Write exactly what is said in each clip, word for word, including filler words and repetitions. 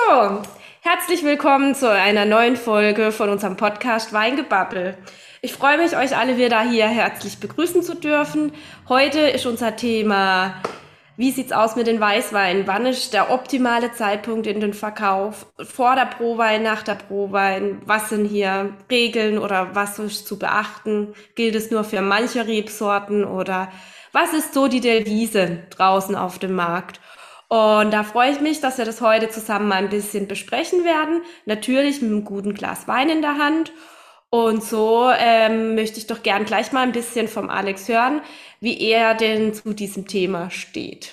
So, herzlich willkommen zu einer neuen Folge von unserem Podcast Weingebabbel. Ich freue mich, euch alle wieder hier herzlich begrüßen zu dürfen. Heute ist unser Thema: Wie sieht's aus mit den Weißweinen? Wann ist der optimale Zeitpunkt in den Verkauf? Vor der Prowein, nach der Prowein? Was sind hier Regeln oder was ist zu beachten? Gilt es nur für manche Rebsorten oder was ist so die Devise draußen auf dem Markt? Und da freue ich mich, dass wir das heute zusammen mal ein bisschen besprechen werden. Natürlich mit einem guten Glas Wein in der Hand. Und so ähm, möchte ich doch gern gleich mal ein bisschen vom Alex hören, wie er denn zu diesem Thema steht.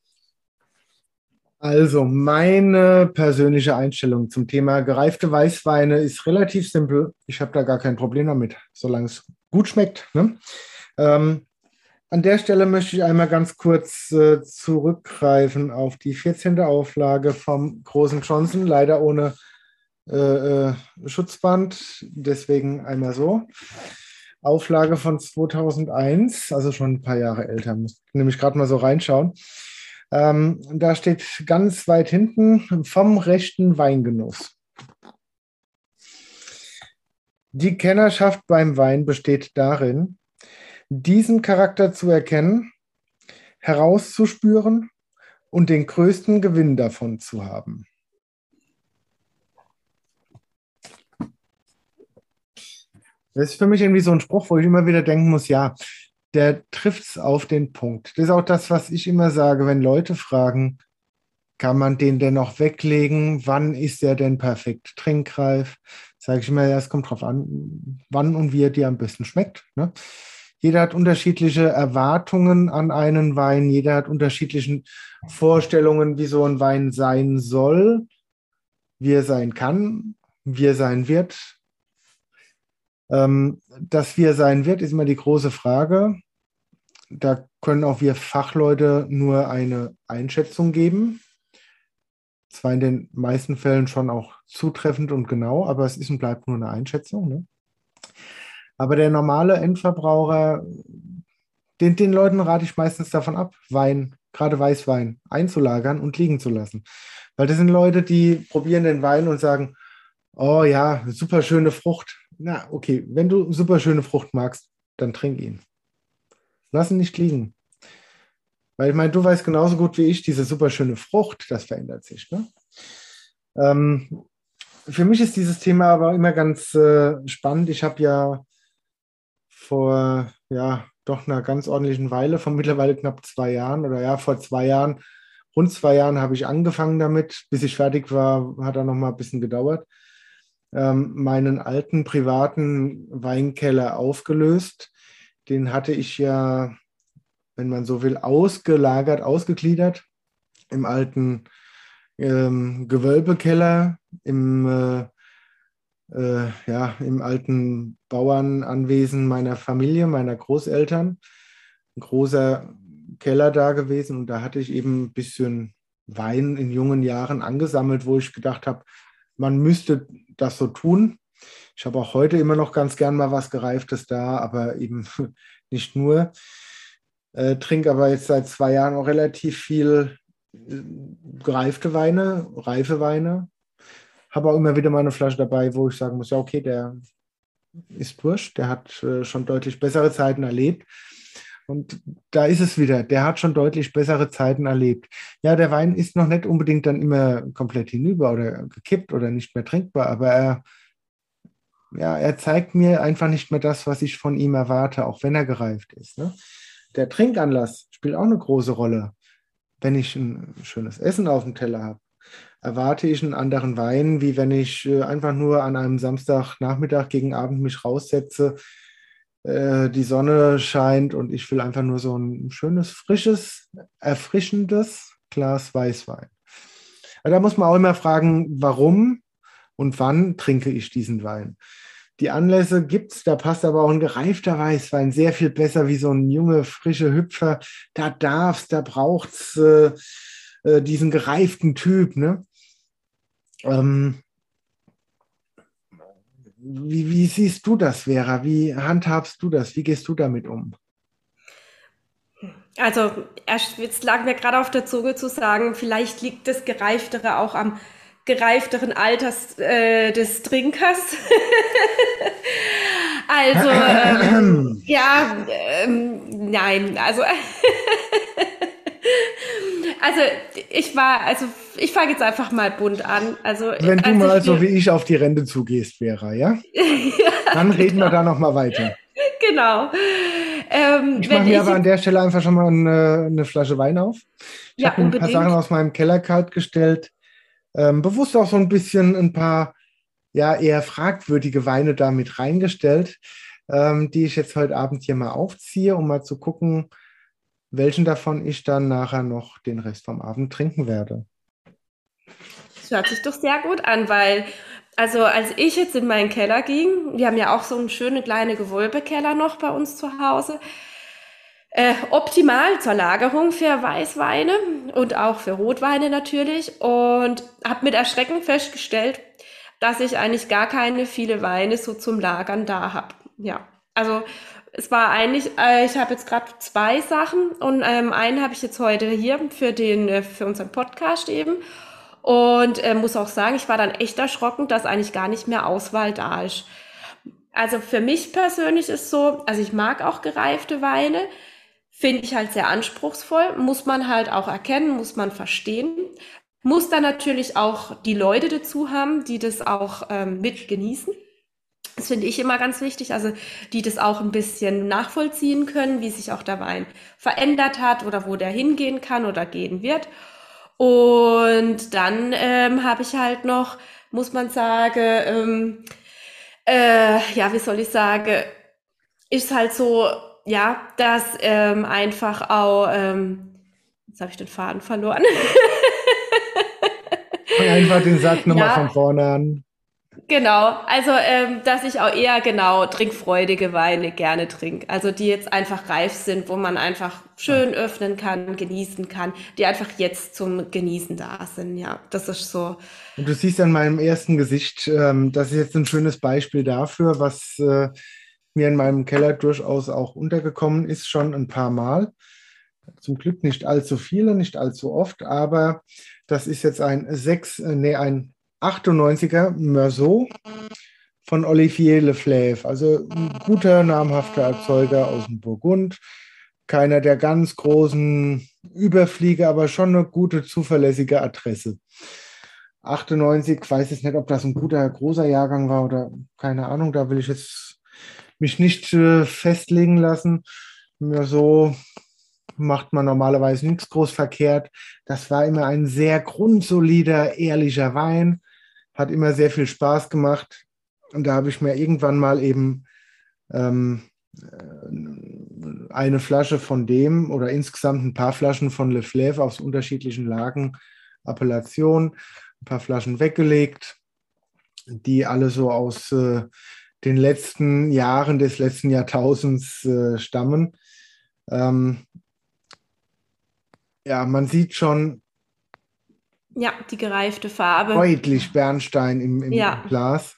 Also, meine persönliche Einstellung zum Thema gereifte Weißweine ist relativ simpel. Ich habe da gar kein Problem damit, solange es gut schmeckt. Ne? Ähm, an der Stelle möchte ich einmal ganz kurz äh, zurückgreifen auf die vierzehnte. Auflage vom Großen Johnson, leider ohne äh, äh, Schutzband, deswegen einmal so. Auflage von zweitausendeins, also schon ein paar Jahre älter, muss nämlich gerade mal so reinschauen. Ähm, da steht ganz weit hinten: vom rechten Weingenuss. Die Kennerschaft beim Wein besteht darin, diesen Charakter zu erkennen, herauszuspüren und den größten Gewinn davon zu haben. Das ist für mich irgendwie so ein Spruch, wo ich immer wieder denken muss, ja, der trifft es auf den Punkt. Das ist auch das, was ich immer sage, wenn Leute fragen: Kann man den denn noch weglegen? Wann ist der denn perfekt trinkreif? Sage ich immer, ja, es kommt drauf an, wann und wie er dir am besten schmeckt. Ne? Jeder hat unterschiedliche Erwartungen an einen Wein. Jeder hat unterschiedliche Vorstellungen, wie so ein Wein sein soll, wie er sein kann, wie er sein wird. Ähm, dass wie er sein wird, ist immer die große Frage. Da können auch wir Fachleute nur eine Einschätzung geben. Zwar in den meisten Fällen schon auch zutreffend und genau, aber es ist und bleibt nur eine Einschätzung. Ne? Aber der normale Endverbraucher, den, den Leuten rate ich meistens davon ab, Wein, gerade Weißwein, einzulagern und liegen zu lassen. Weil das sind Leute, die probieren den Wein und sagen: Oh ja, super schöne Frucht. Na, okay, wenn du super schöne Frucht magst, dann trink ihn. Lass ihn nicht liegen. Weil ich meine, du weißt genauso gut wie ich, diese super schöne Frucht, das verändert sich. Ne? Ähm, für mich ist dieses Thema aber immer ganz äh, spannend. Ich habe ja vor, ja, doch einer ganz ordentlichen Weile, von mittlerweile knapp zwei Jahren oder ja, vor zwei Jahren, rund zwei Jahren habe ich angefangen damit. Bis ich fertig war, hat dann noch mal ein bisschen gedauert. Ähm, meinen alten privaten Weinkeller aufgelöst. Den hatte ich ja, wenn man so will, ausgelagert, ausgegliedert im alten ähm, Gewölbekeller, im, äh, äh, ja, im alten Bauernanwesen meiner Familie, meiner Großeltern. Ein großer Keller da gewesen, und da hatte ich eben ein bisschen Wein in jungen Jahren angesammelt, wo ich gedacht habe, man müsste das so tun. Ich habe auch heute immer noch ganz gern mal was Gereiftes da, aber eben nicht nur. Äh, trinke aber jetzt seit zwei Jahren auch relativ viel äh, gereifte Weine, reife Weine. Habe auch immer wieder mal eine Flasche dabei, wo ich sagen muss, ja, okay, der ist wurscht, der hat äh, schon deutlich bessere Zeiten erlebt. Und da ist es wieder, der hat schon deutlich bessere Zeiten erlebt. Ja, der Wein ist noch nicht unbedingt dann immer komplett hinüber oder gekippt oder nicht mehr trinkbar, aber er, ja, er zeigt mir einfach nicht mehr das, was ich von ihm erwarte, auch wenn er gereift ist. Ne? Der Trinkanlass spielt auch eine große Rolle. Wenn ich ein schönes Essen auf dem Teller habe, erwarte ich einen anderen Wein, wie wenn ich äh, einfach nur an einem Samstagnachmittag gegen Abend mich raussetze, äh, die Sonne scheint und ich will einfach nur so ein schönes, frisches, erfrischendes Glas Weißwein. Aber da muss man auch immer fragen, warum und wann trinke ich diesen Wein? Die Anlässe gibt es, da passt aber auch ein gereifter Weißwein sehr viel besser wie so ein junge, frische Hüpfer. Da darf's, da braucht's äh, äh, diesen gereiften Typ. Ne? Ähm, wie, wie siehst du das, Vera? Wie handhabst du das? Wie gehst du damit um? Also, erst, jetzt lag mir gerade auf der Zunge zu sagen, vielleicht liegt das Gereiftere auch am gereifteren Alters äh, des Trinkers. Also, ähm, ja, ähm, nein, also, also ich war, also ich fange jetzt einfach mal bunt an. Also, Wenn du als mal ich so wie mir, ich auf die Rente zugehst, Vera, ja? ja, Dann reden wir genau, da nochmal weiter. genau. Ähm, Ich mache wenn mir ich aber an jetzt, der Stelle einfach schon mal eine, eine Flasche Wein auf. Ich ja, habe mir ein paar Sachen unbedingt. aus meinem Keller kalt gestellt. Ähm, bewusst auch so ein bisschen ein paar, ja, eher fragwürdige Weine da mit reingestellt, ähm, die ich jetzt heute Abend hier mal aufziehe, um mal zu gucken, welchen davon ich dann nachher noch den Rest vom Abend trinken werde. Das hört sich doch sehr gut an, weil, also als ich jetzt in meinen Keller ging, wir haben ja auch so einen schönen kleinen Gewölbekeller noch bei uns zu Hause, äh, optimal zur Lagerung für Weißweine und auch für Rotweine natürlich und habe mit Erschrecken festgestellt, dass ich eigentlich gar keine viele Weine so zum Lagern da habe. Ja, also es war eigentlich, äh, ich habe jetzt gerade zwei Sachen und ähm, einen habe ich jetzt heute hier für den, äh, für unseren Podcast eben und äh, muss auch sagen, ich war dann echt erschrocken, dass eigentlich gar nicht mehr Auswahl da ist. Also für mich persönlich ist so, also ich mag auch gereifte Weine, finde ich halt sehr anspruchsvoll, muss man halt auch erkennen, muss man verstehen, muss dann natürlich auch die Leute dazu haben, die das auch ähm, mit genießen. Das finde ich immer ganz wichtig, also die das auch ein bisschen nachvollziehen können, wie sich auch der Wein verändert hat oder wo der hingehen kann oder gehen wird. Und dann ähm, habe ich halt noch, muss man sagen, ähm, äh, ja, wie soll ich sagen, ist halt so, ja, dass ähm, einfach auch, ähm, jetzt habe ich den Faden verloren. Fang einfach den Satz nochmal von Ja, vorne an. genau. Also, ähm, dass ich auch eher genau trinkfreudige Weine gerne trinke. Also, die jetzt einfach reif sind, wo man einfach Ja. schön öffnen kann, genießen kann, die einfach jetzt zum Genießen da sind. Ja, das ist so. Und du siehst an meinem ersten Gesicht, ähm, das ist jetzt ein schönes Beispiel dafür, was äh, mir in meinem Keller durchaus auch untergekommen ist, schon ein paar Mal. Zum Glück nicht allzu viele, nicht allzu oft, aber das ist jetzt ein sechs, äh, nee, ein achtundneunziger Meursault von Olivier Leflaive, also ein guter, namhafter Erzeuger aus dem Burgund. Keiner der ganz großen Überflieger, aber schon eine gute, zuverlässige Adresse. achtundneunzig, weiß jetzt nicht, ob das ein guter, großer Jahrgang war oder keine Ahnung, da will ich jetzt mich nicht äh, festlegen lassen. Nur so macht man normalerweise nichts groß verkehrt. Das war immer ein sehr grundsolider, ehrlicher Wein, hat immer sehr viel Spaß gemacht. Und da habe ich mir irgendwann mal eben ähm, äh, eine Flasche von dem oder insgesamt ein paar Flaschen von Le Fleuve aus unterschiedlichen Lagen, Appellationen, ein paar Flaschen weggelegt, die alle so aus äh, den letzten Jahren des letzten Jahrtausends äh, stammen. Ähm, ja, man sieht schon Ja, die gereifte Farbe. deutlich Bernstein im, im, im Ja, Glas.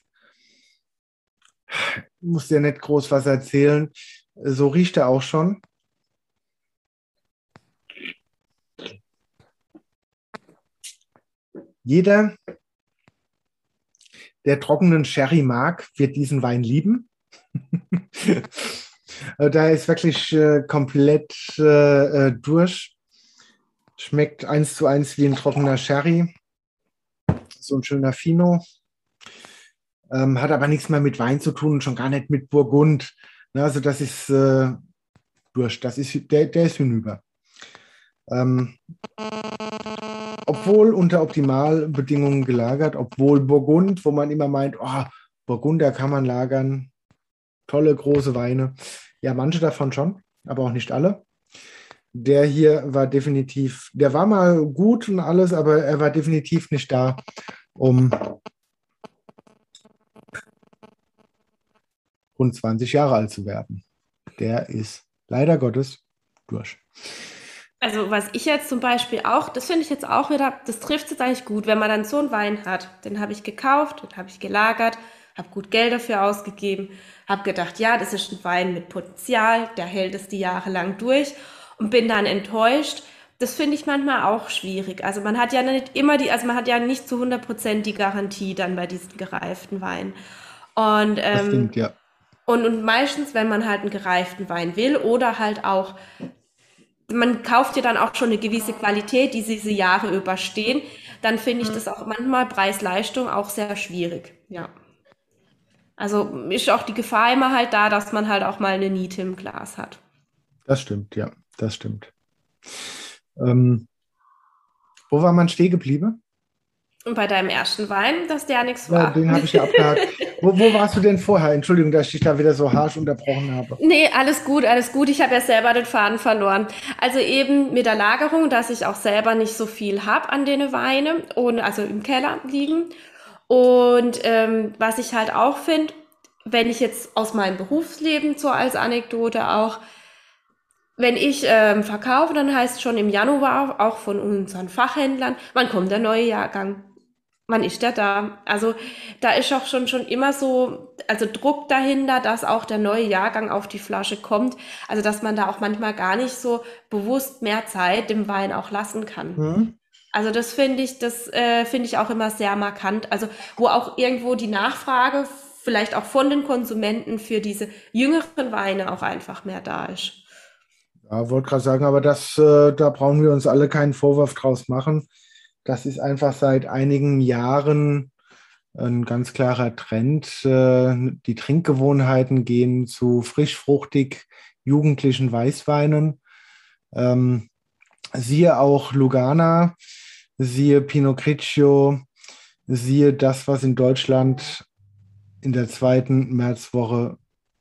Muss dir nicht groß was erzählen. So riecht er auch schon. Jeder, der trockenen Sherry mag, wird diesen Wein lieben. Da ist wirklich äh, komplett äh, äh, durch. Schmeckt eins zu eins wie ein trockener Sherry. So ein schöner Fino. Ähm, hat aber nichts mehr mit Wein zu tun und schon gar nicht mit Burgund. Ne, also das ist äh, durch. Das ist, der, der ist hinüber. Ähm, obwohl unter Optimalbedingungen gelagert, obwohl Burgund, wo man immer meint, oh, Burgunder kann man lagern, tolle große Weine. Ja, manche davon schon, aber auch nicht alle. Der hier war definitiv, der war mal gut und alles, aber er war definitiv nicht da, um rund zwanzig Jahre alt zu werden. Der ist leider Gottes durch. also was ich jetzt zum Beispiel auch, das finde ich jetzt auch wieder, das trifft jetzt eigentlich gut, wenn man dann so einen Wein hat. Den habe ich gekauft, den habe ich gelagert, habe gut Geld dafür ausgegeben, habe gedacht, ja, das ist ein Wein mit Potenzial, der hält es die Jahre lang durch und bin dann enttäuscht, Das finde ich manchmal auch schwierig. Also man hat ja nicht immer die, also man hat ja nicht zu hundert Prozent die Garantie dann bei diesen gereiften Weinen. Und, Das ähm, stimmt, ja. und, und meistens, wenn man halt einen gereiften Wein will oder halt auch, man kauft ja dann auch schon eine gewisse Qualität, die diese Jahre überstehen, dann finde ich das auch manchmal Preis-Leistung auch sehr schwierig. Ja. Also ist auch die Gefahr immer halt da, dass man halt auch mal eine Niete im Glas hat. Das stimmt, ja. Das stimmt. Ähm, Wo war man stehen geblieben? Und bei deinem ersten Wein, dass der nichts Ja, war. den habe ich ja abgehakt. Wo, wo warst du denn vorher? Entschuldigung, dass ich dich da wieder so harsch unterbrochen habe. Nee, alles gut, alles gut. Ich habe ja selber den Faden verloren. Also eben mit der Lagerung, dass ich auch selber nicht so viel hab an den Weine und also im Keller liegen. Und ähm, was ich halt auch finde, wenn ich jetzt aus meinem Berufsleben so als Anekdote auch, wenn ich ähm, verkaufe, dann heißt schon im Januar auch von unseren Fachhändlern, wann kommt der neue Jahrgang? Wann ist der da? Also da ist auch schon schon immer so, also Druck dahinter, dass auch der neue Jahrgang auf die Flasche kommt. Also dass man da auch manchmal gar nicht so bewusst mehr Zeit dem Wein auch lassen kann. Hm? Also das finde ich, das äh, finde ich auch immer sehr markant. Also wo auch irgendwo die Nachfrage vielleicht auch von den Konsumenten für diese jüngeren Weine auch einfach mehr da ist. Ja, wollte gerade sagen, aber das, äh, da brauchen wir uns alle keinen Vorwurf draus machen. Das ist einfach seit einigen Jahren ein ganz klarer Trend. Äh, die Trinkgewohnheiten gehen zu frisch, fruchtig, jugendlichen Weißweinen. Ähm, siehe auch Lugana, siehe Pinot Grigio, siehe das, was in Deutschland in der zweiten Märzwoche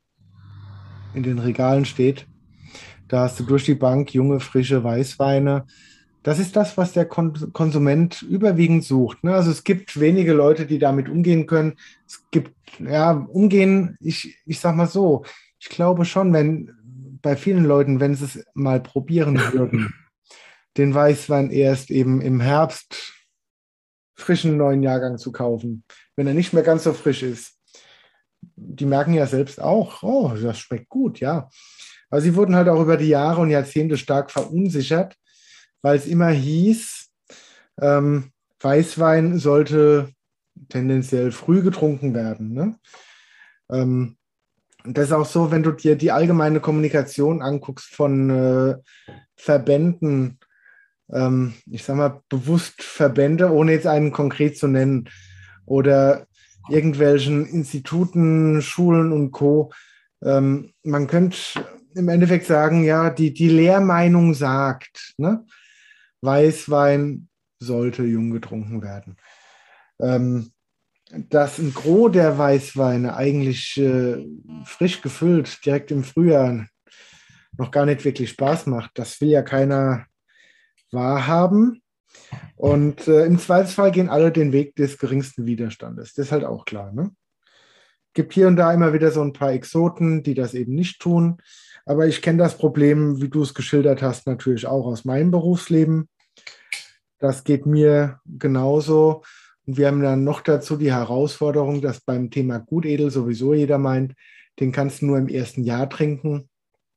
in den Regalen steht. Da hast du durch die Bank junge, frische Weißweine. Das ist das, was der Kon Konsument überwiegend sucht. Ne? Also es gibt wenige Leute, die damit umgehen können. Es gibt, ja, umgehen, ich, ich sag mal so, ich glaube schon, wenn bei vielen Leuten, wenn sie es mal probieren würden, den Weißwein erst eben im Herbst frischen neuen Jahrgang zu kaufen, wenn er nicht mehr ganz so frisch ist. Die merken ja selbst auch, oh, das schmeckt gut, ja. Aber sie wurden halt auch über die Jahre und Jahrzehnte stark verunsichert, weil es immer hieß, ähm, Weißwein sollte tendenziell früh getrunken werden. Ne? Ähm, das ist auch so, wenn du dir die allgemeine Kommunikation anguckst von äh, Verbänden, ähm, ich sage mal bewusst Verbände, ohne jetzt einen konkret zu nennen, oder irgendwelchen Instituten, Schulen und Co. Ähm, man könnte im Endeffekt sagen, ja, die, die Lehrmeinung sagt, ne, Weißwein sollte jung getrunken werden. Ähm, dass ein Gros der Weißweine eigentlich äh, frisch gefüllt, direkt im Frühjahr, noch gar nicht wirklich Spaß macht, das will ja keiner wahrhaben. Und äh, im Zweifelsfall gehen alle den Weg des geringsten Widerstandes. Das ist halt auch klar. Ne? Gibt hier und da immer wieder so ein paar Exoten, die das eben nicht tun. Aber ich kenne das Problem, wie du es geschildert hast, natürlich auch aus meinem Berufsleben. Das geht mir genauso. Und wir haben dann noch dazu die Herausforderung, dass beim Thema Gutedel sowieso jeder meint, den kannst du nur im ersten Jahr trinken.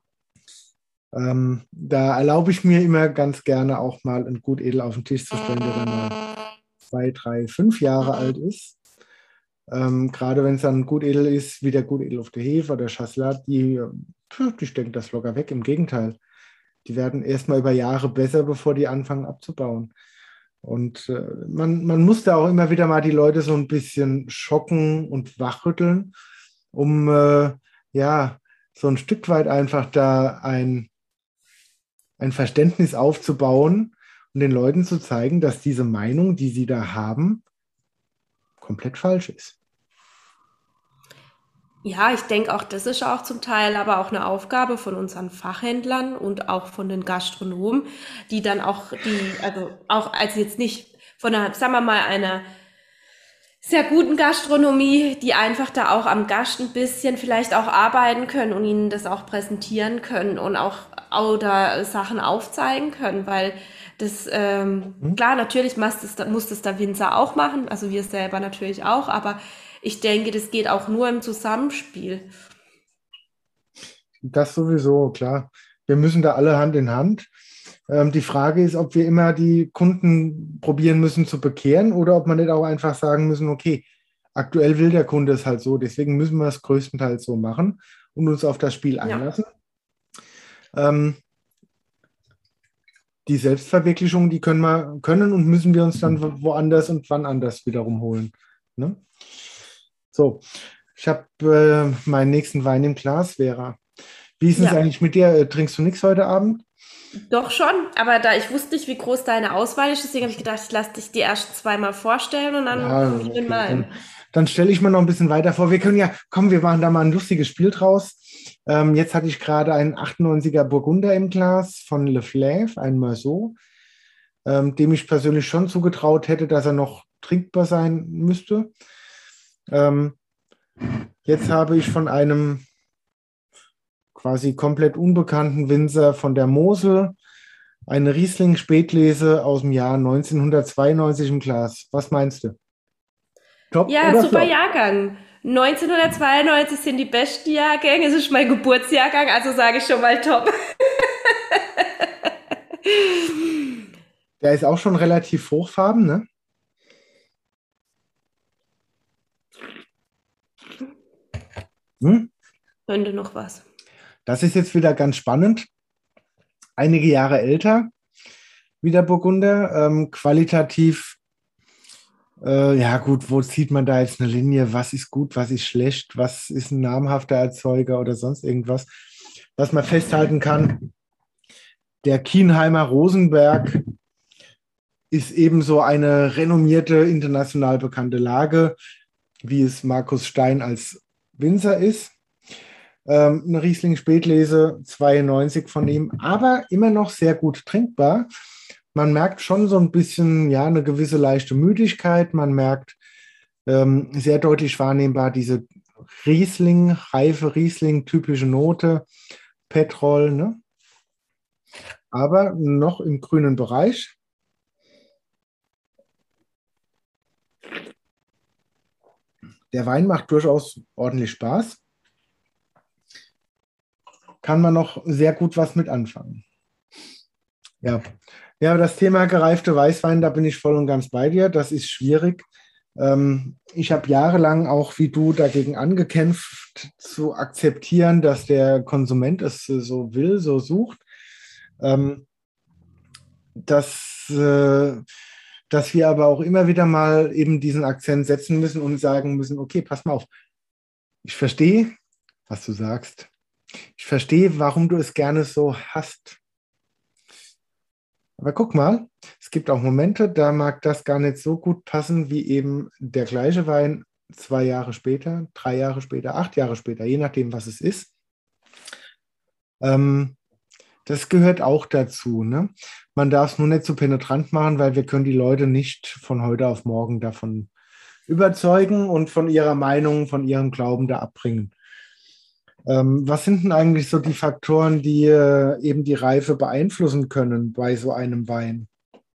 Ähm, da erlaube ich mir immer ganz gerne auch mal ein Gutedel auf den Tisch zu stellen, der dann mal zwei, drei, fünf Jahre alt ist. Ähm, gerade wenn es dann Gutedel ist, wie der Gutedel auf der Hefe oder Chasselas, die, die stecken das locker weg. Im Gegenteil, die werden erstmal über Jahre besser, bevor die anfangen abzubauen. Und äh, man, man muss da auch immer wieder mal die Leute so ein bisschen schocken und wachrütteln, um äh, ja so ein Stück weit einfach da ein, ein Verständnis aufzubauen und den Leuten zu zeigen, dass diese Meinung, die sie da haben, komplett falsch ist. Ja, ich denke auch, das ist auch zum Teil aber auch eine Aufgabe von unseren Fachhändlern und auch von den Gastronomen, die dann auch die, also auch als jetzt nicht von einer, sagen wir mal, einer sehr guten Gastronomie, die einfach da auch am Gast ein bisschen vielleicht auch arbeiten können und ihnen das auch präsentieren können und auch oder Sachen aufzeigen können, weil das, ähm, Hm? klar, natürlich muss das, muss das der Winzer auch machen, also wir selber natürlich auch, aber ich denke, das geht auch nur im Zusammenspiel. Das sowieso, klar. Wir müssen da alle Hand in Hand. Ähm, die Frage ist, ob wir immer die Kunden probieren müssen zu bekehren oder ob man nicht auch einfach sagen müssen, okay, aktuell will der Kunde es halt so, deswegen müssen wir es größtenteils so machen und uns auf das Spiel Ja. einlassen. Ähm, die Selbstverwirklichung, die können wir, können und müssen wir uns dann wo- woanders und wann anders wiederum holen. Ne? So, ich habe äh, meinen nächsten Wein im Glas, Vera. Wie ist es Ja, eigentlich mit dir? Äh, Trinkst du nichts heute Abend? doch schon. Aber da ich wusste nicht, wie groß deine Auswahl ist, deswegen habe ich gedacht, ich lasse dich die ersten zweimal vorstellen und dann Ja, komme ich mit okay. meinem. Dann, dann stelle ich mir noch ein bisschen weiter vor. Wir können ja, komm, wir machen da mal ein lustiges Spiel draus. Ähm, jetzt hatte ich gerade einen achtundneunziger Burgunder im Glas von Le Fleuve, ein Meursault, ähm, dem ich persönlich schon zugetraut hätte, dass er noch trinkbar sein müsste. Ähm, jetzt habe ich von einem quasi komplett unbekannten Winzer von der Mosel eine Riesling-Spätlese aus dem Jahr neunzehnhundertzweiundneunzig im Glas. Was meinst du? Top Ja, oder super Flop? Jahrgang. neunzehnhundertzweiundneunzig sind die besten Jahrgänge. Es ist mein Geburtsjahrgang, also sage ich schon mal top. Der ist auch schon relativ hochfarben, ne? Hm? Könnte noch was. Das ist jetzt wieder ganz spannend. Einige Jahre älter, wie der Burgunder. Ähm, qualitativ, äh, ja gut, wo zieht man da jetzt eine Linie? Was ist gut, was ist schlecht? Was ist ein namhafter Erzeuger oder sonst irgendwas? Was man festhalten kann, der Kienheimer Rosenberg ist ebenso eine renommierte, international bekannte Lage, wie es Markus Stein als Winzer ist. Ähm, eine Riesling Spätlese zweiundneunzig von ihm, aber immer noch sehr gut trinkbar. Man merkt schon so ein bisschen, ja, eine gewisse leichte Müdigkeit. Man merkt ähm, sehr deutlich wahrnehmbar diese Riesling, reife Riesling, typische Note, Petrol, ne? Aber noch im grünen Bereich. Der Wein macht durchaus ordentlich Spaß. Kann man noch sehr gut was mit anfangen. Ja, ja, das Thema gereifte Weißwein, da bin ich voll und ganz bei dir. Das ist schwierig. Ähm, ich habe jahrelang auch wie du dagegen angekämpft, zu akzeptieren, dass der Konsument es so will, so sucht. Ähm, dass, äh, dass wir aber auch immer wieder mal eben diesen Akzent setzen müssen und sagen müssen, okay, pass mal auf, ich verstehe, was du sagst. Ich verstehe, warum du es gerne so hast. Aber guck mal, es gibt auch Momente, da mag das gar nicht so gut passen, wie eben der gleiche Wein zwei Jahre später, drei Jahre später, acht Jahre später, je nachdem, was es ist. Ähm, das gehört auch dazu. Ne? Man darf es nur nicht so penetrant machen, weil wir können die Leute nicht von heute auf morgen davon überzeugen und von ihrer Meinung, von ihrem Glauben da abbringen. Ähm, was sind denn eigentlich so die Faktoren, die äh, eben die Reife beeinflussen können bei so einem Wein?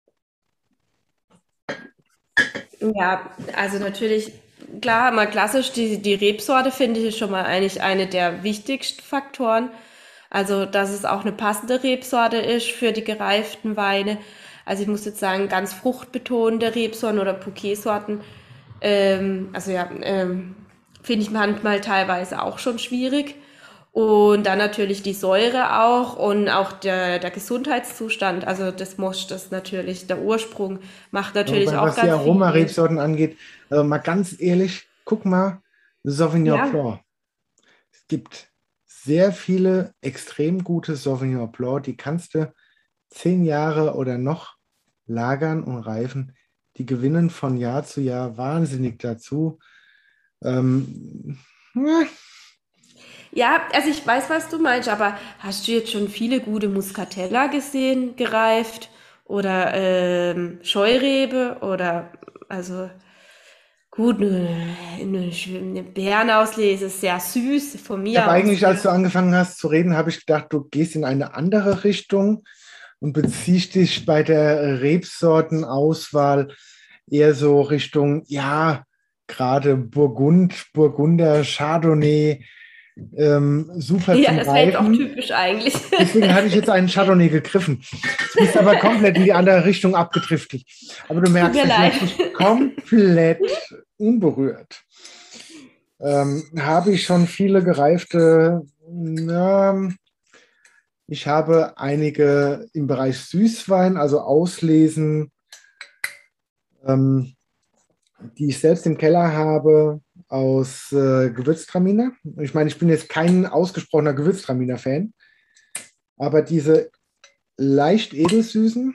Ja, also natürlich, klar, mal klassisch, die, die Rebsorte finde ich ist schon mal eigentlich eine der wichtigsten Faktoren. Also, dass es auch eine passende Rebsorte ist für die gereiften Weine. Also ich muss jetzt sagen, ganz fruchtbetonte Rebsorten oder Bouquetsorten, ähm, also ja, ähm, finde ich manchmal teilweise auch schon schwierig. Und dann natürlich die Säure auch und auch der, der Gesundheitszustand. Also das Most ist natürlich, der Ursprung macht natürlich Wobei, auch was die ganz viel. Aromarebsorten angeht, äh, mal ganz ehrlich, guck mal, Sauvignon Ja, Blanc. Es gibt sehr viele extrem gute Sauvignon Blanc, die kannst du zehn Jahre oder noch lagern und reifen. Die gewinnen von Jahr zu Jahr wahnsinnig dazu. Ähm, ja, ja, also ich weiß, was du meinst, aber hast du jetzt schon viele gute Muscatella gesehen, gereift? Oder ähm, Scheurebe? Oder, also gut, eine, eine, eine Beerenauslese ist sehr süß, von ich habe mir aus, eigentlich, ja. als du angefangen hast zu reden, habe ich gedacht, du gehst in eine andere Richtung und beziehst dich bei der Rebsortenauswahl eher so Richtung, ja, gerade Burgund, Burgunder, Chardonnay. Ähm, super Ja, zum das wäre jetzt auch Reifen. typisch eigentlich. Deswegen hatte ich jetzt einen Chardonnay gegriffen. Es bist aber komplett in die andere Richtung abgedriftet. Aber du Tut merkst, mir das leid. lässt dich komplett unberührt. Ähm, habe ich schon viele gereifte, na, ich habe einige im Bereich Süßwein, also Auslesen, ähm, die ich selbst im Keller habe aus äh, Gewürztraminer. Ich meine, ich bin jetzt kein ausgesprochener Gewürztraminer-Fan, aber diese leicht edelsüßen,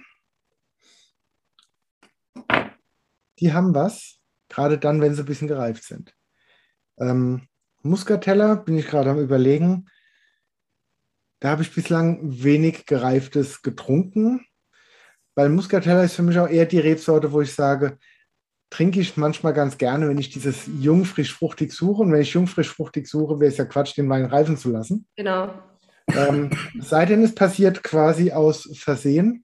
die haben was, gerade dann, wenn sie ein bisschen gereift sind. Ähm, Muscatella bin ich gerade am Überlegen. Da habe ich bislang wenig Gereiftes getrunken, weil Muscatella ist für mich auch eher die Rebsorte, wo ich sage, trinke ich manchmal ganz gerne, wenn ich dieses jung, frisch, fruchtig suche. Und wenn ich jung, frisch, fruchtig suche, wäre es ja Quatsch, den Wein reifen zu lassen. Genau. Ähm, es sei denn, es passiert quasi aus Versehen.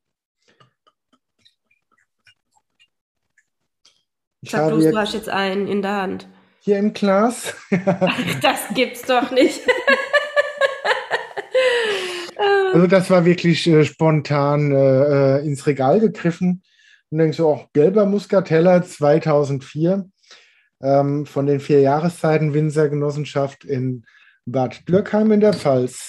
Ich Sag habe bloß, du jetzt hast jetzt einen in der Hand. hier im Glas, Das gibt's doch nicht. also das war wirklich äh, spontan äh, äh, ins Regal gegriffen und denkst so, auch gelber Muscatella zweitausendvier ähm, von den vier Jahreszeiten Winzergenossenschaft in Bad Dürkheim in der Pfalz.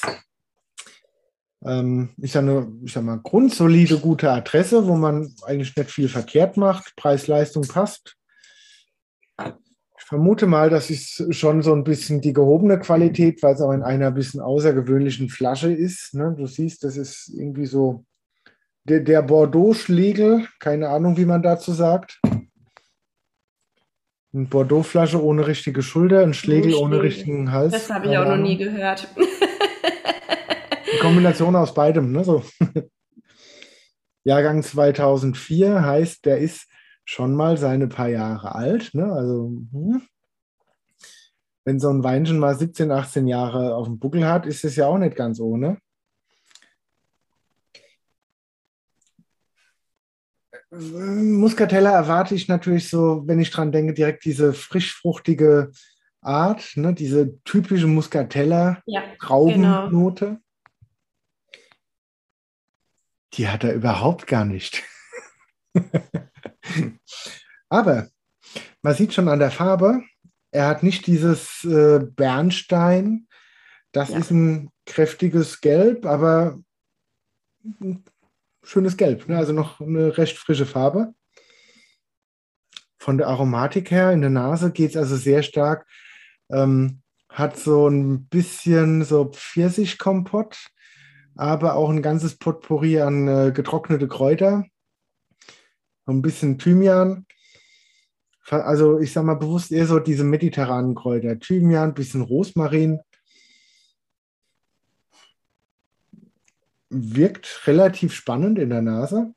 Ähm, ist ja eine, ich sag mal, grundsolide, gute Adresse, wo man eigentlich nicht viel verkehrt macht. Preis-Leistung passt. Ich vermute mal, das ist schon so ein bisschen die gehobene Qualität, weil es auch in einer bisschen außergewöhnlichen Flasche ist. Ne? Du siehst, das ist irgendwie so der, der Bordeaux-Schlegel, keine Ahnung, wie man dazu sagt. Eine Bordeaux-Flasche ohne richtige Schulter, ein Schlegel ohne Muscheln. richtigen Das Hals, habe ich auch keine noch nie Ahnung. gehört. Eine Kombination aus beidem, ne? So. Jahrgang zweitausendvier heißt, der ist schon mal seine paar Jahre alt. Ne? Also, hm. Wenn so ein Weinchen mal siebzehn, achtzehn Jahre auf dem Buckel hat, ist es ja auch nicht ganz ohne. Muscatella erwarte ich natürlich so, wenn ich dran denke, direkt diese frischfruchtige Art, ne? Diese typische Ja, genau. Muscatella-Traubennote. Die hat er überhaupt gar nicht. Aber man sieht schon an der Farbe, er hat nicht dieses äh, Bernstein. Das Ja. ist ein kräftiges Gelb, aber ein schönes Gelb. Ne? Also noch eine recht frische Farbe. Von der Aromatik her in der Nase geht es also sehr stark. Ähm, hat so ein bisschen so Pfirsichkompott, aber auch ein ganzes Potpourri an äh, getrocknete Kräuter. So ein bisschen Thymian. Also ich sage mal bewusst eher so diese mediterranen Kräuter. Thymian, bisschen Rosmarin. Wirkt relativ spannend in der Nase.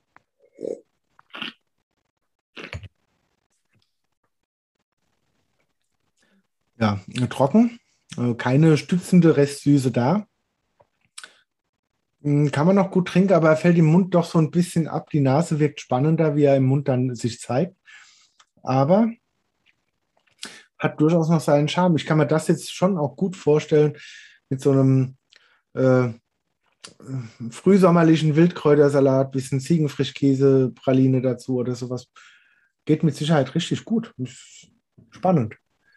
Ja, trocken. Also keine stützende Restsüße da. Hm, kann man noch gut trinken, aber er fällt im Mund doch so ein bisschen ab. Die Nase wirkt spannender, wie er im Mund dann sich zeigt. Aber hat durchaus noch seinen Charme. Ich kann mir das jetzt schon auch gut vorstellen mit so einem äh, frühsommerlichen Wildkräutersalat, bisschen Ziegenfrischkäse, Praline dazu oder sowas. Geht mit Sicherheit richtig gut. Ist spannend.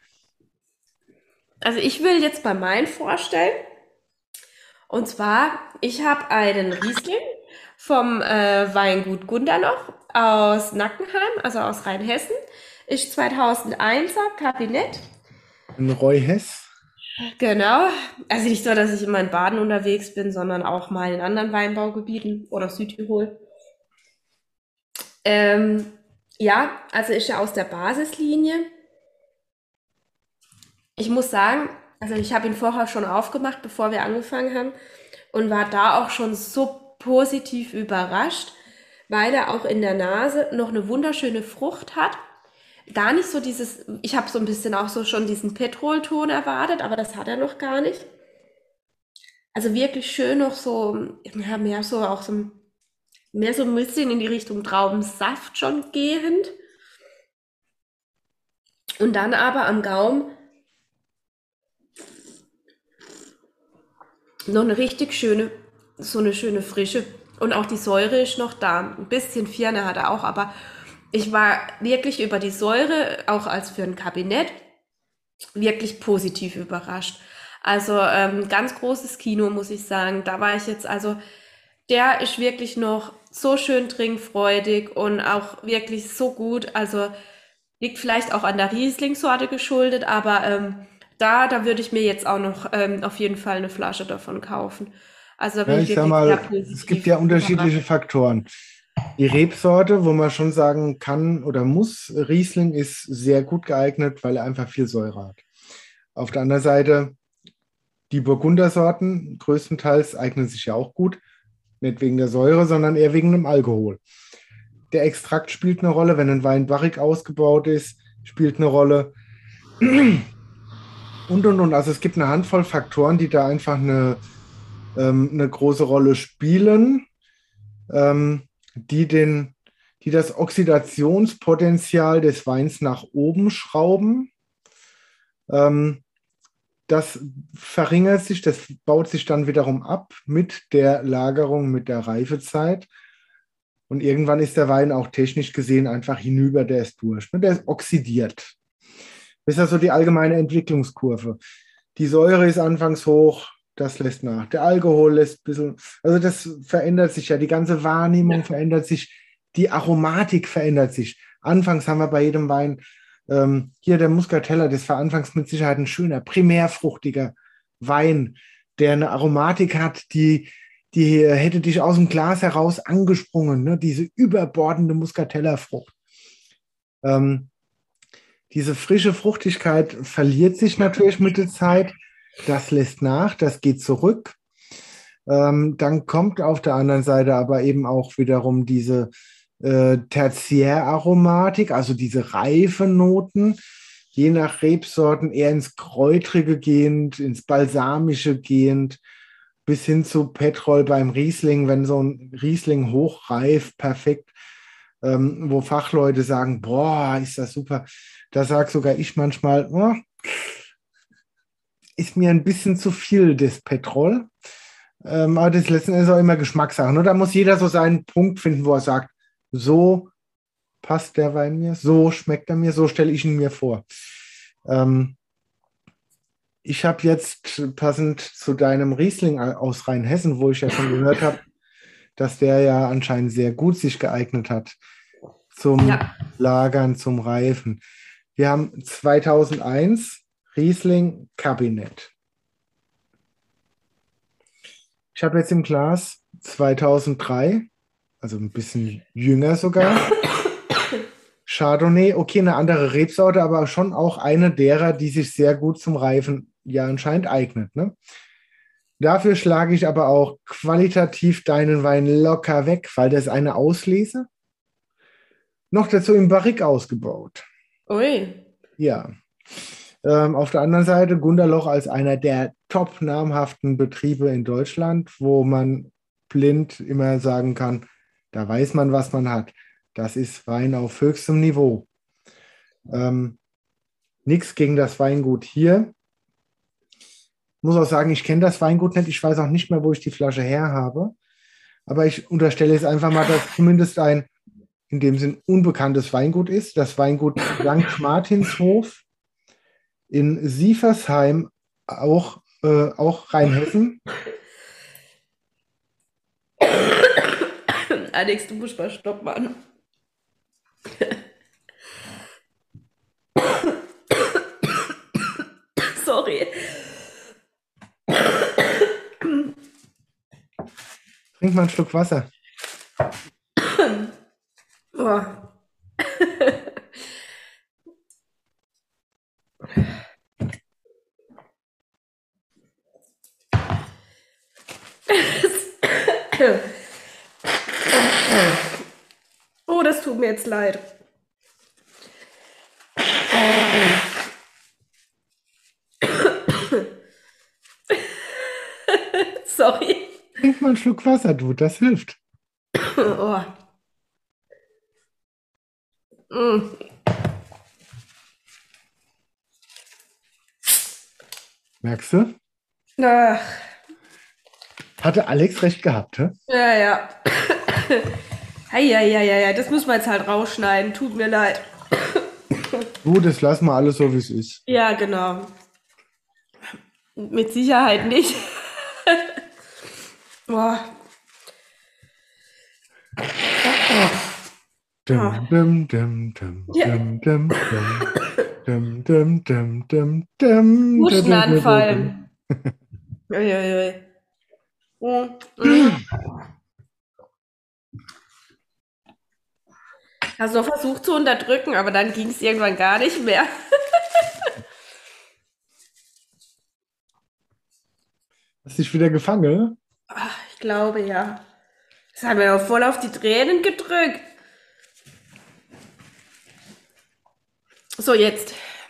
Also ich will jetzt bei meinen vorstellen. Und zwar, ich habe einen Riesling vom äh, Weingut Gunderloch aus Nackenheim, also aus Rheinhessen. Ist zweitausendeiner Kabinett. Ein Roy Hess. Genau. Also nicht so, dass ich immer in Baden unterwegs bin, sondern auch mal in anderen Weinbaugebieten oder Südtirol. Ähm, ja, also ist ja aus der Basislinie. Ich muss sagen, also ich habe ihn vorher schon aufgemacht, bevor wir angefangen haben und war da auch schon so positiv überrascht, weil er auch in der Nase noch eine wunderschöne Frucht hat. Gar nicht so dieses, ich habe so ein bisschen auch so schon diesen Petrolton erwartet, aber das hat er noch gar nicht. Also wirklich schön noch so, ja, mehr so auch so, mehr so ein bisschen in die Richtung Traubensaft schon gehend. Und dann aber am Gaumen noch eine richtig schöne, so eine schöne Frische. Und auch die Säure ist noch da. Ein bisschen Firne hat er auch, aber ich war wirklich über die Säure, auch als für ein Kabinett, wirklich positiv überrascht. Also ähm, ganz großes Kino, muss ich sagen. Da war ich jetzt, also der ist wirklich noch so schön trinkfreudig und auch wirklich so gut. Also liegt vielleicht auch an der Riesling-Sorte geschuldet, aber ähm, da, da würde ich mir jetzt auch noch ähm, auf jeden Fall eine Flasche davon kaufen. Also da bin Ja, ich ich sag wirklich sehr mal, es gibt positiv ja unterschiedliche überrascht. Faktoren. Die Rebsorte, wo man schon sagen kann oder muss, Riesling ist sehr gut geeignet, weil er einfach viel Säure hat. Auf der anderen Seite, die Burgundersorten größtenteils eignen sich ja auch gut, nicht wegen der Säure, sondern eher wegen dem Alkohol. Der Extrakt spielt eine Rolle, wenn ein Wein barrik ausgebaut ist, spielt eine Rolle. Und, und, und. Also es gibt eine Handvoll Faktoren, die da einfach eine, ähm, eine große Rolle spielen, ähm, die den, die das Oxidationspotenzial des Weins nach oben schrauben. Ähm, das verringert sich, das baut sich dann wiederum ab mit der Lagerung, mit der Reifezeit. Und irgendwann ist der Wein auch technisch gesehen einfach hinüber, der ist durch. Der ist oxidiert. Das ist ja so die allgemeine Entwicklungskurve. Die Säure ist anfangs hoch, das lässt nach. Der Alkohol lässt ein bisschen, also das verändert sich ja, die ganze Wahrnehmung Ja. verändert sich, die Aromatik verändert sich. Anfangs haben wir bei jedem Wein, ähm, hier der Muscatella, das war anfangs mit Sicherheit ein schöner, primärfruchtiger Wein, der eine Aromatik hat, die, die hätte dich aus dem Glas heraus angesprungen, ne? Diese überbordende Muscatella-Frucht. Ähm, diese frische Fruchtigkeit verliert sich natürlich mit der Zeit. Das lässt nach, das geht zurück. Ähm, dann kommt auf der anderen Seite aber eben auch wiederum diese äh, Tertiäraromatik, also diese reifen Noten, je nach Rebsorten eher ins Kräutrige gehend, ins Balsamische gehend, bis hin zu Petrol beim Riesling, wenn so ein Riesling hochreif, perfekt, ähm, wo Fachleute sagen, boah, ist das super. Da sage sogar ich manchmal, oh, ist mir ein bisschen zu viel des Petrol. Ähm, aber das letzten Endes auch immer Geschmackssache. Ne? Da muss jeder so seinen Punkt finden, wo er sagt, so passt der Wein mir, so schmeckt er mir, so stelle ich ihn mir vor. Ähm, ich habe jetzt passend zu deinem Riesling aus Rheinhessen, wo ich ja schon gehört habe, dass der ja anscheinend sehr gut sich geeignet hat zum Ja. Lagern, zum Reifen. Wir haben zweitausendeins Riesling Kabinett. Ich habe jetzt im Glas zweitausenddrei, also ein bisschen jünger sogar. Chardonnay, okay, eine andere Rebsorte, aber schon auch eine derer, die sich sehr gut zum Reifen ja anscheinend eignet. Ne? Dafür schlage ich aber auch qualitativ deinen Wein locker weg, weil das eine Auslese. Noch dazu im Barrique ausgebaut. Ui. Ja. Ähm, auf der anderen Seite Gunderloch als einer der top namhaften Betriebe in Deutschland, wo man blind immer sagen kann, da weiß man, was man hat. Das ist Wein auf höchstem Niveau. Ähm, Nichts gegen das Weingut hier. Muss auch sagen, ich kenne das Weingut nicht. Ich weiß auch nicht mehr, wo ich die Flasche her habe. Aber ich unterstelle jetzt einfach mal, dass zumindest ein in dem Sinn unbekanntes Weingut ist. Das Weingut Sankt Martinshof in Sieversheim, auch, äh, auch Rheinhessen. Alex, du musst mal Stopp machen. Sorry. Trink mal einen Schluck Wasser. Oh. Oh, das tut mir jetzt leid. Sorry. Trink mal einen Schluck Wasser, du, das hilft. Oh. Mm. Merkst du? Ach, Hatte Alex recht gehabt, hä? Ja, ja. Eieieiei, das muss man jetzt halt rausschneiden. Tut mir leid. Du, das lassen wir alles so, wie es ist. Ja, genau. Mit Sicherheit nicht. Boah. Dum, dum, dum, dum, Ja. dum, dum, dum, dum, dum, dum, dum, dum, dum, dum, Hustenanfall. dum. Uiuiui. Mm, mm. Hast du noch versucht zu unterdrücken, aber dann ging es irgendwann gar nicht mehr. Hast dich wieder gefangen? Ach, ich glaube ja. Das hat mir auch voll auf die Tränen gedrückt. So, jetzt.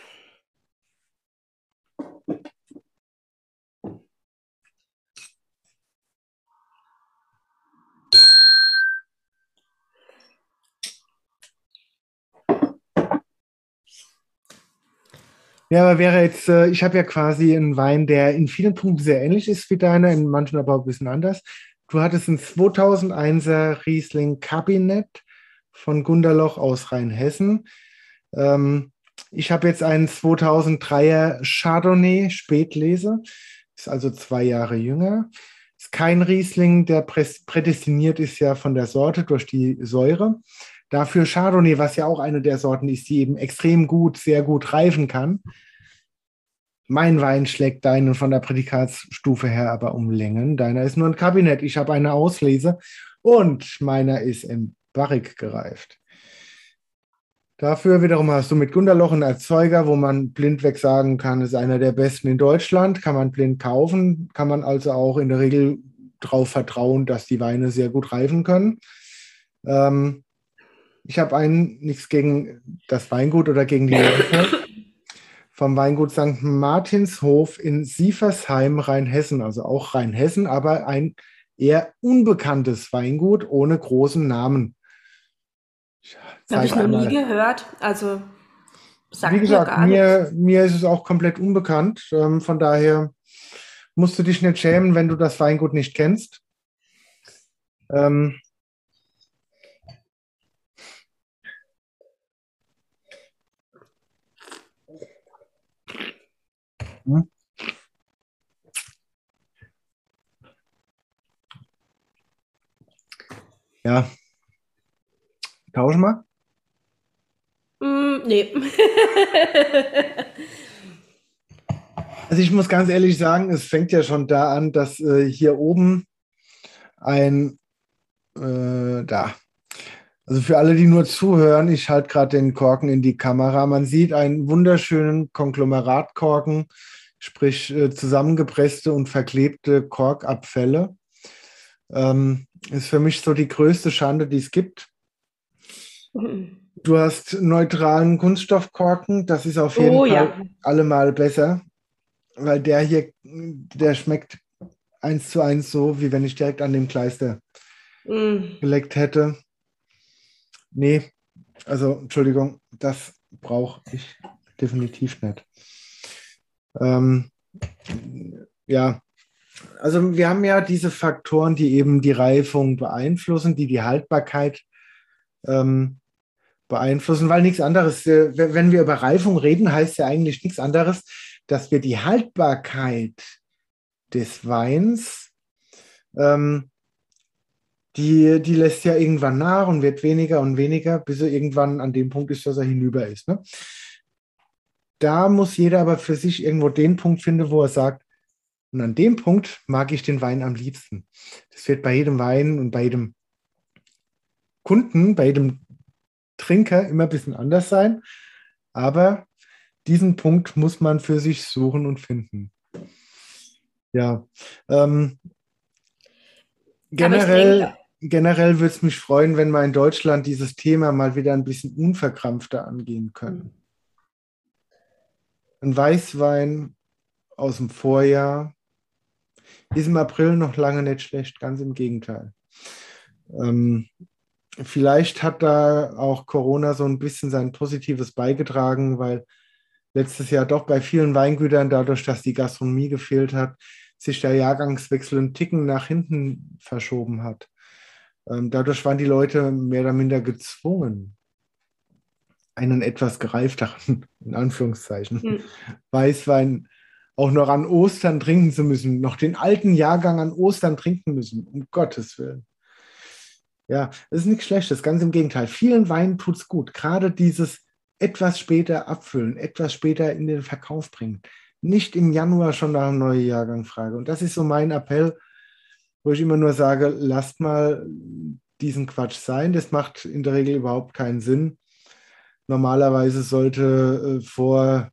Ja, aber wäre jetzt, äh, ich habe ja quasi einen Wein, der in vielen Punkten sehr ähnlich ist wie deiner, in manchen aber auch ein bisschen anders. Du hattest einen zweitausendeiner Riesling Kabinett von Gunderloch aus Rheinhessen. Ähm, ich habe jetzt einen zweitausenddreier Chardonnay Spätlese, ist also zwei Jahre jünger. Ist kein Riesling, der präs- prädestiniert ist ja von der Sorte durch die Säure. Dafür Chardonnay, was ja auch eine der Sorten ist, die eben extrem gut, sehr gut reifen kann. Mein Wein schlägt deinen von der Prädikatsstufe her aber um Längen. Deiner ist nur ein Kabinett. Ich habe eine Auslese und meiner ist im Barrique gereift. Dafür wiederum hast du mit Gunderloch einen Erzeuger, wo man blindweg sagen kann, ist einer der besten in Deutschland, kann man blind kaufen, kann man also auch in der Regel darauf vertrauen, dass die Weine sehr gut reifen können. Ähm, ich habe einen, nichts gegen das Weingut oder gegen die Leute, vom Weingut Sankt Martinshof in Sieversheim, Rheinhessen, also auch Rheinhessen, aber ein eher unbekanntes Weingut ohne großen Namen. Ich Habe ich zeige noch nie einmal. gehört. Also Wie sagt mir gesagt, gar nichts. mir, mir ist es auch komplett unbekannt. Ähm, von daher musst du dich nicht schämen, wenn du das Weingut nicht kennst. Ähm, hm, ja, tauschen wir. Mm, nee. Also ich muss ganz ehrlich sagen, es fängt ja schon da an, dass äh, hier oben ein, äh, da, also für alle, die nur zuhören, ich halte gerade den Korken in die Kamera. Man sieht einen wunderschönen Konglomeratkkorken, sprich äh, zusammengepresste und verklebte Korkabfälle. Ähm, ist für mich so die größte Schande, die es gibt. Du hast neutralen Kunststoffkorken, das ist auf jeden Oh Fall ja. allemal besser, weil der hier, der schmeckt eins zu eins so, wie wenn ich direkt an dem Kleister Mm. geleckt hätte. Nee, also Entschuldigung, das brauche ich definitiv nicht. Ähm, ja, also wir haben ja diese Faktoren, die eben die Reifung beeinflussen, die die Haltbarkeit ähm, beeinflussen, weil nichts anderes, äh, wenn wir über Reifung reden, heißt ja eigentlich nichts anderes, dass wir die Haltbarkeit des Weins, ähm, die, die lässt ja irgendwann nach und wird weniger und weniger, bis er irgendwann an dem Punkt ist, dass er hinüber ist. Ne? Da muss jeder aber für sich irgendwo den Punkt finden, wo er sagt, und an dem Punkt mag ich den Wein am liebsten. Das wird bei jedem Wein und bei jedem Kunden, bei jedem Trinker immer ein bisschen anders sein, aber diesen Punkt muss man für sich suchen und finden. Ja, ähm, Aber ich denke, generell, generell würde es mich freuen, wenn wir in Deutschland dieses Thema mal wieder ein bisschen unverkrampfter angehen können. Ein Weißwein aus dem Vorjahr ist im April noch lange nicht schlecht, ganz im Gegenteil. Ähm, vielleicht hat da auch Corona so ein bisschen sein Positives beigetragen, weil letztes Jahr doch bei vielen Weingütern, dadurch, dass die Gastronomie gefehlt hat, sich der Jahrgangswechsel einen Ticken nach hinten verschoben hat. Ähm, dadurch waren die Leute mehr oder minder gezwungen, einen etwas gereifteren, in Anführungszeichen, Hm. Weißwein auch noch an Ostern trinken zu müssen, noch den alten Jahrgang an Ostern trinken müssen, um Gottes Willen. Ja, das ist nichts Schlechtes, ganz im Gegenteil. Vielen Weinen tut es gut, gerade dieses etwas später abfüllen, etwas später in den Verkauf bringen. Nicht im Januar schon nach einem neuen Jahrgang frage. Und das ist so mein Appell, wo ich immer nur sage, lasst mal diesen Quatsch sein. Das macht in der Regel überhaupt keinen Sinn. Normalerweise sollte äh, vor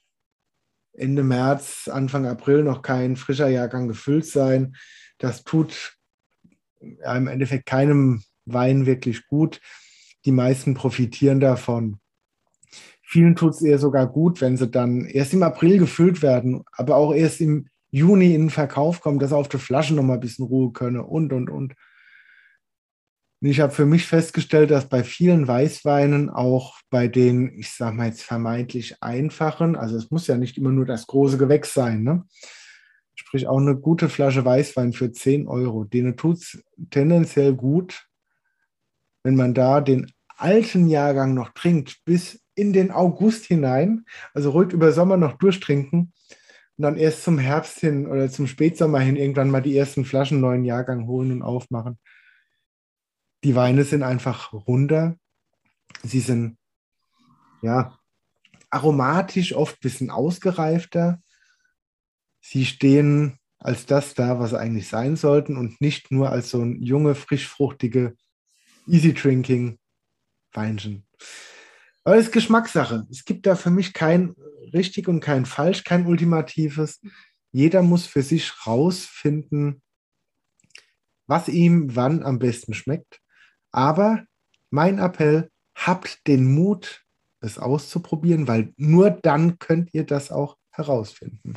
Ende März, Anfang April noch kein frischer Jahrgang gefüllt sein. Das tut ja, im Endeffekt keinem Wein wirklich gut. Die meisten profitieren davon. Vielen tut es eher sogar gut, wenn sie dann erst im April gefüllt werden, aber auch erst im Juni in den Verkauf kommen, dass sie auf der Flasche noch mal ein bisschen Ruhe können und, und, und. Und ich habe für mich festgestellt, dass bei vielen Weißweinen, auch bei den, ich sage mal jetzt vermeintlich einfachen, also es muss ja nicht immer nur das große Gewächs sein, ne? Sprich auch eine gute Flasche Weißwein für zehn Euro, denen tut es tendenziell gut, wenn man da den alten Jahrgang noch trinkt, bis in den August hinein, also ruhig über Sommer noch durchtrinken und dann erst zum Herbst hin oder zum Spätsommer hin irgendwann mal die ersten Flaschen neuen Jahrgang holen und aufmachen. Die Weine sind einfach runder, sie sind ja aromatisch oft ein bisschen ausgereifter, sie stehen als das da, was sie eigentlich sein sollten und nicht nur als so ein junge, frischfruchtige Easy-Drinking-Weinchen. Aber es ist Geschmackssache. Es gibt da für mich kein richtig und kein falsch, kein ultimatives. Jeder muss für sich rausfinden, was ihm wann am besten schmeckt. Aber mein Appell, habt den Mut, es auszuprobieren, weil nur dann könnt ihr das auch herausfinden.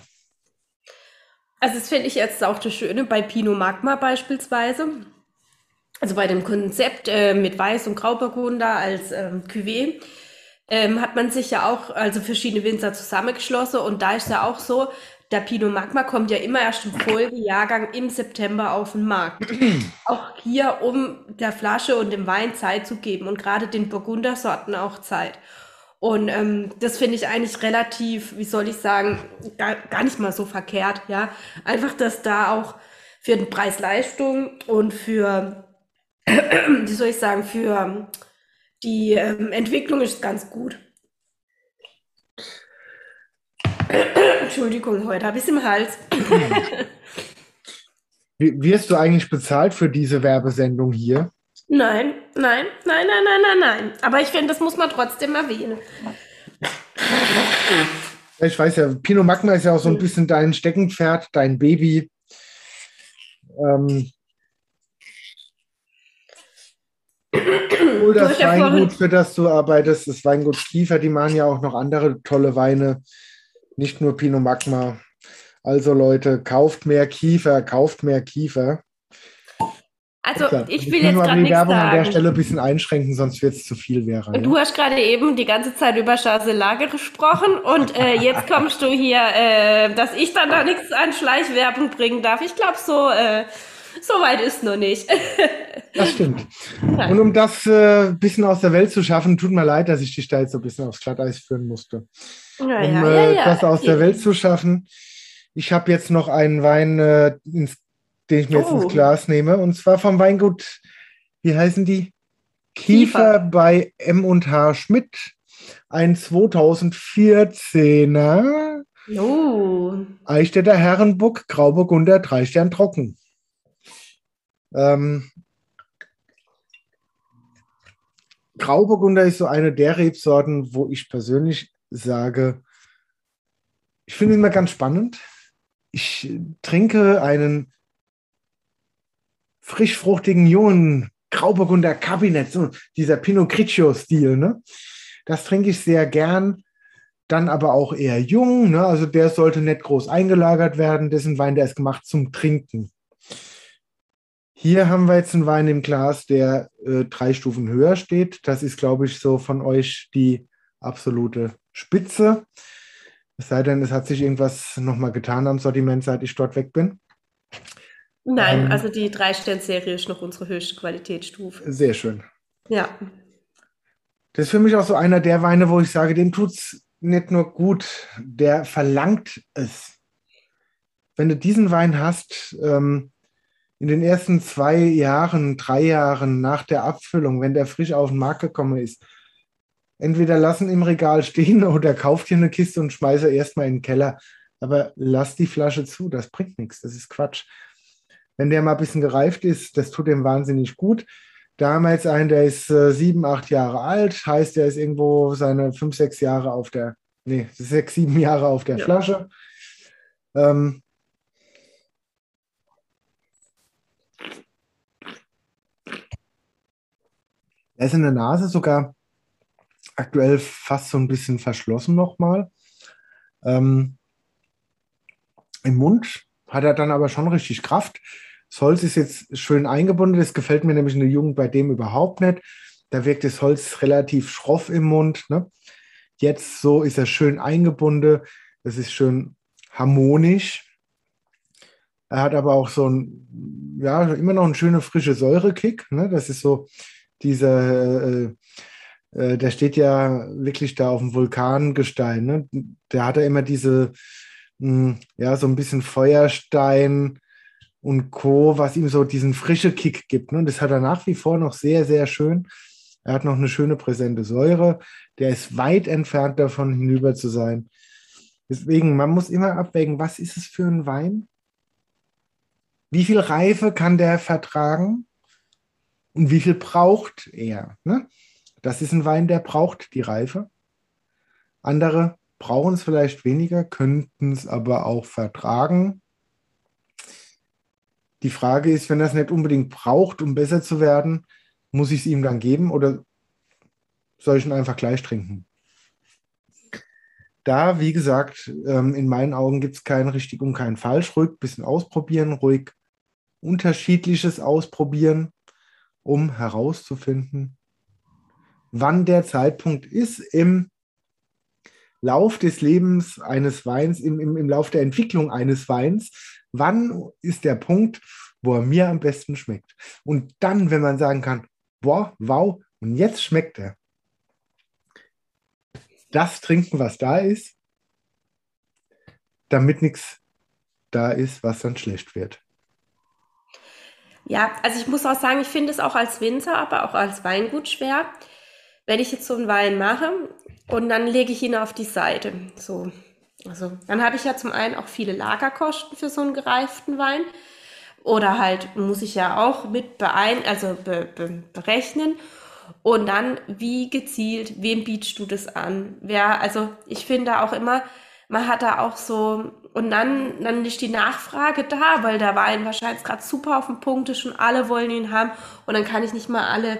Also das finde ich jetzt auch das Schöne bei Pinot Magma beispielsweise. Also bei dem Konzept äh, mit Weiß- und Grauburgunder als ähm, Cuvée ähm, hat man sich ja auch, also verschiedene Winzer zusammengeschlossen und da ist ja auch so, der Pinot Magma kommt ja immer erst im Folgejahrgang im September auf den Markt. Auch hier, um der Flasche und dem Wein Zeit zu geben und gerade den Burgundersorten auch Zeit. Und ähm, das finde ich eigentlich relativ, wie soll ich sagen, gar, gar nicht mal so verkehrt, ja. Einfach, dass da auch für den Preis-Leistung und für, wie soll ich sagen, für die ähm, Entwicklung ist ganz gut. Entschuldigung, heute habe ich es im Hals. Wie- Wirst du eigentlich bezahlt für diese Werbesendung hier? Nein, nein, nein, nein, nein, nein, nein. Aber ich finde, das muss man trotzdem erwähnen. Ich weiß ja, Pinot Magma ist ja auch so ein bisschen dein Steckenpferd, dein Baby. Ähm, Obwohl Du das hast ja vorhin, Weingut, für das du arbeitest, das Weingut Kiefer, die machen ja auch noch andere tolle Weine, nicht nur Pinot Magma. Also Leute, kauft mehr Kiefer, kauft mehr Kiefer. also Klar, ich jetzt will müssen jetzt wir aber gerade die nichts Werbung an der Stelle sagen. ein bisschen einschränken, sonst wird es zu viel, Vera. Ja? Du hast gerade eben die ganze Zeit über Chasselage gesprochen und äh, jetzt kommst du hier, äh, dass ich dann da nichts an Schleichwerbung bringen darf. Ich glaube, so, äh, so weit ist noch nicht. Das stimmt. Ja. Und um das ein äh, bisschen aus der Welt zu schaffen, tut mir leid, dass ich dich da jetzt so ein bisschen aufs Glatteis führen musste. Ja, Um ja, ja, äh, ja. das aus der Okay. Welt zu schaffen, ich habe jetzt noch einen Wein, äh, ins, den ich mir jetzt ins Oh, Glas nehme, und zwar vom Weingut, wie heißen die? Kiefer Kiefer. bei M und H Schmidt, ein zweitausendvierzehner Oh. Eichstätter Herrenbock, Grauburgunder, drei Stern trocken. Ähm, Grauburgunder ist so eine der Rebsorten, wo ich persönlich sage, ich finde ihn immer ganz spannend. Ich trinke einen frischfruchtigen, jungen Grauburgunder Kabinett, so dieser Pinot Grigio-Stil, ne? Das trinke ich sehr gern, dann aber auch eher jung, ne? Also der sollte nicht groß eingelagert werden. Das ist ein Wein, der ist gemacht zum Trinken. Hier haben wir jetzt einen Wein im Glas, der äh, drei Stufen höher steht. Das ist, glaube ich, so von euch die absolute Spitze. Es sei denn, es hat sich irgendwas nochmal getan am Sortiment, seit ich dort weg bin. Nein, Ähm, also die Drei-Stern-Serie ist noch unsere höchste Qualitätsstufe. Sehr schön. Ja. Das ist für mich auch so einer der Weine, wo ich sage, dem tut es nicht nur gut, der verlangt es. Wenn du diesen Wein hast, ähm, in den ersten zwei Jahren, drei Jahren nach der Abfüllung, wenn der frisch auf den Markt gekommen ist, entweder lassen im Regal stehen oder kauft dir eine Kiste und schmeiße erstmal in den Keller. Aber lass die Flasche zu, das bringt nichts, das ist Quatsch. Wenn der mal ein bisschen gereift ist, das tut dem wahnsinnig gut. Da haben wir jetzt einen, der ist äh, sieben, acht Jahre alt, heißt, der ist irgendwo seine fünf, sechs Jahre auf der, nee, sechs, sieben Jahre auf der Ja. Flasche. Ähm, er ist in der Nase sogar aktuell fast so ein bisschen verschlossen nochmal. Ähm, Im Mund hat er dann aber schon richtig Kraft. Das Holz ist jetzt schön eingebunden. Das gefällt mir nämlich in der Jugend bei dem überhaupt nicht. Da wirkt das Holz relativ schroff im Mund. Ne? Jetzt so ist er schön eingebunden. Das ist schön harmonisch. Er hat aber auch so ein, ja, immer noch einen schönen frische Säurekick. Ne? Das ist so dieser, äh, äh, der steht ja wirklich da auf dem Vulkangestein. Ne? Der hat ja immer diese, mh, ja, so ein bisschen Feuerstein und Co., was ihm so diesen frische Kick gibt. Ne? Und das hat er nach wie vor noch sehr, sehr schön. Er hat noch eine schöne präsente Säure. Der ist weit entfernt davon, hinüber zu sein. Deswegen, man muss immer abwägen, was ist es für ein Wein? Wie viel Reife kann der vertragen? Und wie viel braucht er? Ne? Das ist ein Wein, der braucht die Reife. Andere brauchen es vielleicht weniger, könnten es aber auch vertragen. Die Frage ist, wenn er es nicht unbedingt braucht, um besser zu werden, muss ich es ihm dann geben oder soll ich ihn einfach gleich trinken? Da, wie gesagt, ähm, in meinen Augen gibt es kein richtig und kein falsch. Ruhig ein bisschen ausprobieren, ruhig unterschiedliches ausprobieren, um herauszufinden, wann der Zeitpunkt ist im Lauf des Lebens eines Weins, im, im, im Lauf der Entwicklung eines Weins, wann ist der Punkt, wo er mir am besten schmeckt. Und dann, wenn man sagen kann, boah, wow, und jetzt schmeckt er. Das trinken, was da ist, damit nichts da ist, was dann schlecht wird. Ja, also ich muss auch sagen, ich finde es auch als Winzer, aber auch als Weingut schwer, wenn ich jetzt so einen Wein mache und dann lege ich ihn auf die Seite. So, also dann habe ich ja zum einen auch viele Lagerkosten für so einen gereiften Wein. Oder halt muss ich ja auch mit beein also be be berechnen. Und dann, wie gezielt, wem bietest du das an? Wer, also ich finde auch immer, man hat da auch so, und dann, dann ist die Nachfrage da, weil der Wein wahrscheinlich gerade super auf dem Punkt ist und alle wollen ihn haben und dann kann ich nicht mal alle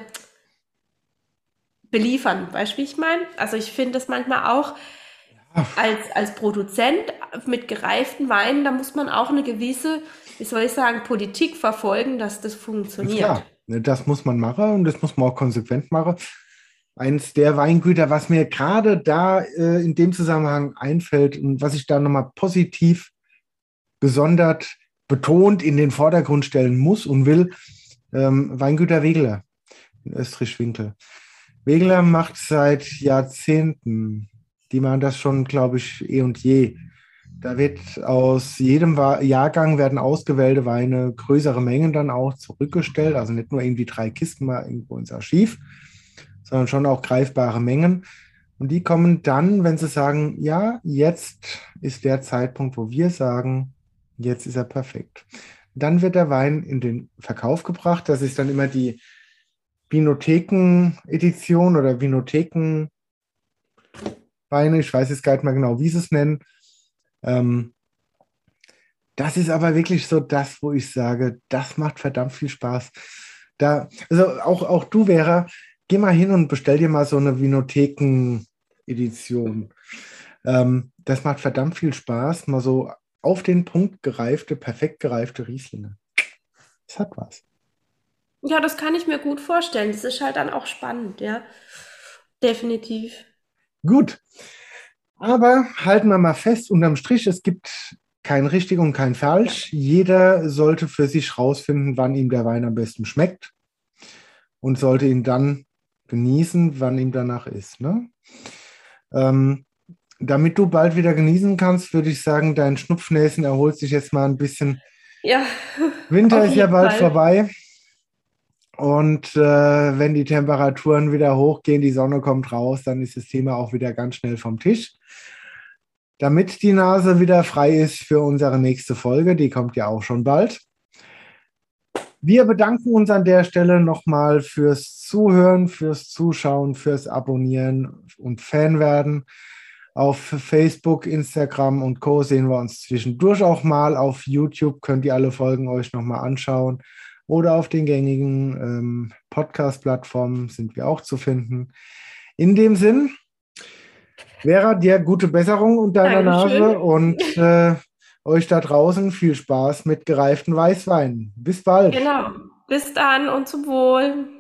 beliefern. Weißt du, wie ich meine? Also ich finde das manchmal auch als, als Produzent mit gereiften Weinen, da muss man auch eine gewisse, wie soll ich sagen, Politik verfolgen, dass das Ganz funktioniert. klar, ne, das muss man machen und das muss man auch konsequent machen. Eins der Weingüter, was mir gerade da äh, in dem Zusammenhang einfällt und was ich da nochmal positiv gesondert betont in den Vordergrund stellen muss und will, ähm, Weingüter Wegeler in Österreich-Winkel. Wegeler macht seit Jahrzehnten, die machen das schon, glaube ich, eh und je. Da wird aus jedem Wa- Jahrgang werden ausgewählte Weine, größere Mengen dann auch zurückgestellt, also nicht nur irgendwie drei Kisten mal irgendwo ins Archiv, sondern schon auch greifbare Mengen. Und die kommen dann, wenn sie sagen, ja, jetzt ist der Zeitpunkt, wo wir sagen, jetzt ist er perfekt. Dann wird der Wein in den Verkauf gebracht. Das ist dann immer die Vinotheken-Edition oder Vinotheken-Weine. Ich weiß jetzt gar nicht mehr genau, wie sie es nennen. Ähm, Das ist aber wirklich so das, wo ich sage, das macht verdammt viel Spaß. Da, also auch, auch du, Vera, geh mal hin und bestell dir mal so eine Vinotheken-Edition. Ähm, das macht verdammt viel Spaß, mal so auf den Punkt gereifte, perfekt gereifte Rieslinge. Das hat was. Ja, das kann ich mir gut vorstellen. Das ist halt dann auch spannend, ja. Definitiv. Gut, Aber halten wir mal fest, unterm Strich, es gibt kein richtig und kein Ja. falsch. Jeder sollte für sich rausfinden, wann ihm der Wein am besten schmeckt und sollte ihn dann genießen, wann ihm danach ist. Ne? Ähm, damit du bald wieder genießen kannst, würde ich sagen, dein Schnupfnäschen erholt sich jetzt mal ein bisschen. Ja, Winter auf ist ja jeden bald Fall. vorbei und äh, wenn die Temperaturen wieder hochgehen, die Sonne kommt raus, dann ist das Thema auch wieder ganz schnell vom Tisch. Damit die Nase wieder frei ist für unsere nächste Folge, die kommt ja auch schon bald. Wir bedanken uns an der Stelle nochmal fürs Zuhören, fürs Zuschauen, fürs Abonnieren und Fan werden. Auf Facebook, Instagram und Co. sehen wir uns zwischendurch auch mal. Auf YouTube könnt ihr alle Folgen euch nochmal anschauen. Oder auf den gängigen ähm, Podcast-Plattformen sind wir auch zu finden. In dem Sinn, Vera, dir gute Besserung und deiner Nase Dankeschön. und äh, euch da draußen viel Spaß mit gereiften Weißweinen. Bis bald. Genau. Bis dann und zum Wohl.